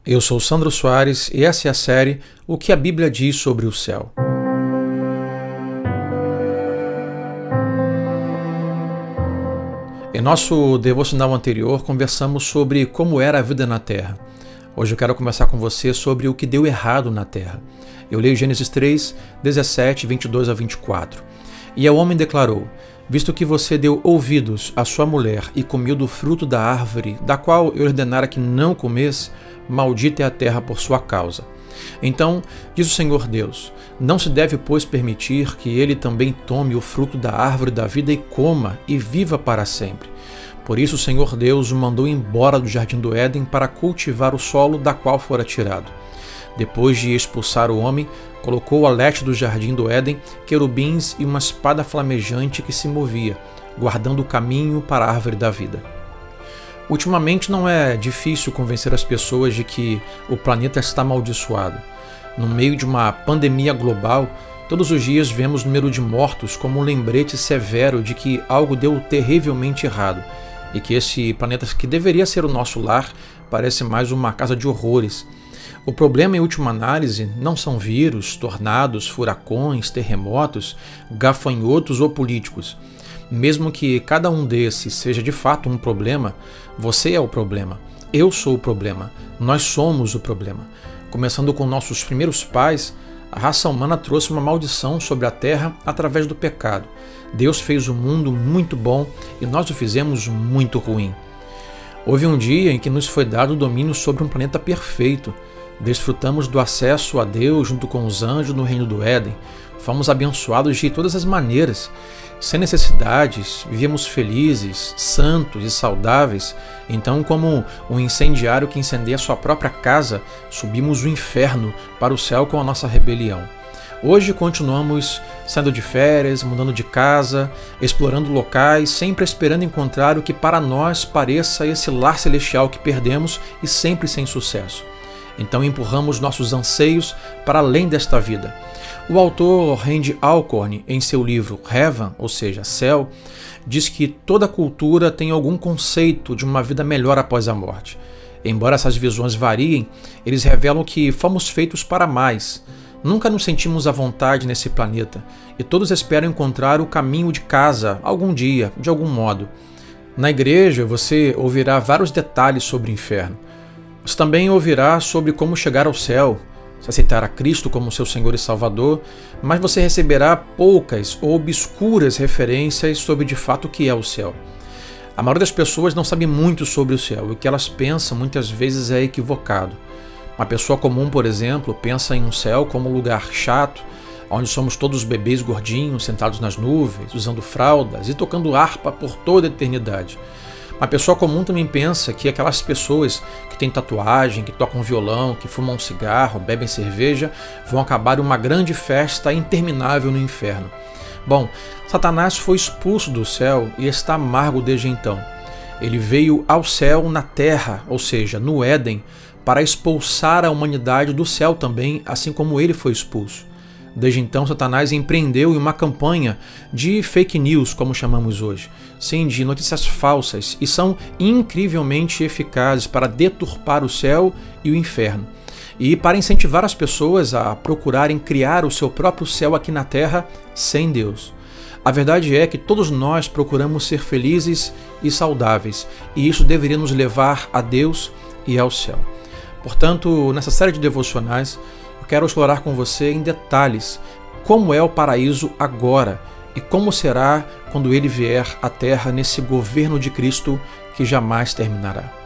Eu sou Sandro Soares e essa é a série O que a Bíblia diz sobre o céu. Em nosso devocional anterior, conversamos sobre como era a vida na Terra. Hoje eu quero conversar com você sobre o que deu errado na Terra. Eu leio Gênesis 3, 17, 22 a 24. E ao homem declarou: visto que você deu ouvidos à sua mulher e comeu do fruto da árvore, da qual eu ordenara que não comesse, maldita é a terra por sua causa. Então, diz o Senhor Deus, não se deve, pois, permitir que ele também tome o fruto da árvore da vida e coma, e viva para sempre. Por isso o Senhor Deus o mandou embora do jardim do Éden para cultivar o solo da qual fora tirado. Depois de expulsar o homem, colocou ao leste do jardim do Éden querubins e uma espada flamejante que se movia, guardando o caminho para a árvore da vida. Ultimamente não é difícil convencer as pessoas de que o planeta está amaldiçoado. No meio de uma pandemia global, todos os dias vemos o número de mortos como um lembrete severo de que algo deu terrivelmente errado e que esse planeta que deveria ser o nosso lar parece mais uma casa de horrores. O problema, em última análise, não são vírus, tornados, furacões, terremotos, gafanhotos ou políticos. Mesmo que cada um desses seja de fato um problema, você é o problema, eu sou o problema, nós somos o problema. Começando com nossos primeiros pais, a raça humana trouxe uma maldição sobre a Terra através do pecado. Deus fez o mundo muito bom e nós o fizemos muito ruim. Houve um dia em que nos foi dado o domínio sobre um planeta perfeito. Desfrutamos do acesso a Deus junto com os anjos no reino do Éden. Fomos abençoados de todas as maneiras. Sem necessidades, vivíamos felizes, santos e saudáveis. Então, como um incendiário que incendeia sua própria casa, subimos o inferno para o céu com a nossa rebelião. Hoje continuamos saindo de férias, mudando de casa, explorando locais, sempre esperando encontrar o que para nós pareça esse lar celestial que perdemos e sempre sem sucesso. Então empurramos nossos anseios para além desta vida. O autor Randy Alcorn, em seu livro Heaven, ou seja, Céu, diz que toda cultura tem algum conceito de uma vida melhor após a morte. Embora essas visões variem, eles revelam que fomos feitos para mais. Nunca nos sentimos à vontade nesse planeta, e todos esperam encontrar o caminho de casa algum dia, de algum modo. Na igreja, você ouvirá vários detalhes sobre o inferno. Você também ouvirá sobre como chegar ao céu, se aceitar a Cristo como seu Senhor e Salvador, mas você receberá poucas ou obscuras referências sobre de fato o que é o céu. A maioria das pessoas não sabe muito sobre o céu, e o que elas pensam muitas vezes é equivocado. Uma pessoa comum, por exemplo, pensa em um céu como um lugar chato, onde somos todos bebês gordinhos sentados nas nuvens, usando fraldas e tocando harpa por toda a eternidade. Uma pessoa comum também pensa que aquelas pessoas que têm tatuagem, que tocam violão, que fumam cigarro, bebem cerveja, vão acabar em uma grande festa interminável no inferno. Bom, Satanás foi expulso do céu e está amargo desde então. Ele veio ao céu na terra, ou seja, no Éden, para expulsar a humanidade do céu também, assim como ele foi expulso. Desde então, Satanás empreendeu em uma campanha de fake news, como chamamos hoje. Sim, de notícias falsas, e são incrivelmente eficazes para deturpar o céu e o inferno. E para incentivar as pessoas a procurarem criar o seu próprio céu aqui na Terra sem Deus. A verdade é que todos nós procuramos ser felizes e saudáveis, e isso deveria nos levar a Deus e ao céu. Portanto, nessa série de devocionais, eu quero explorar com você em detalhes como é o paraíso agora e como será quando ele vier à Terra nesse governo de Cristo que jamais terminará.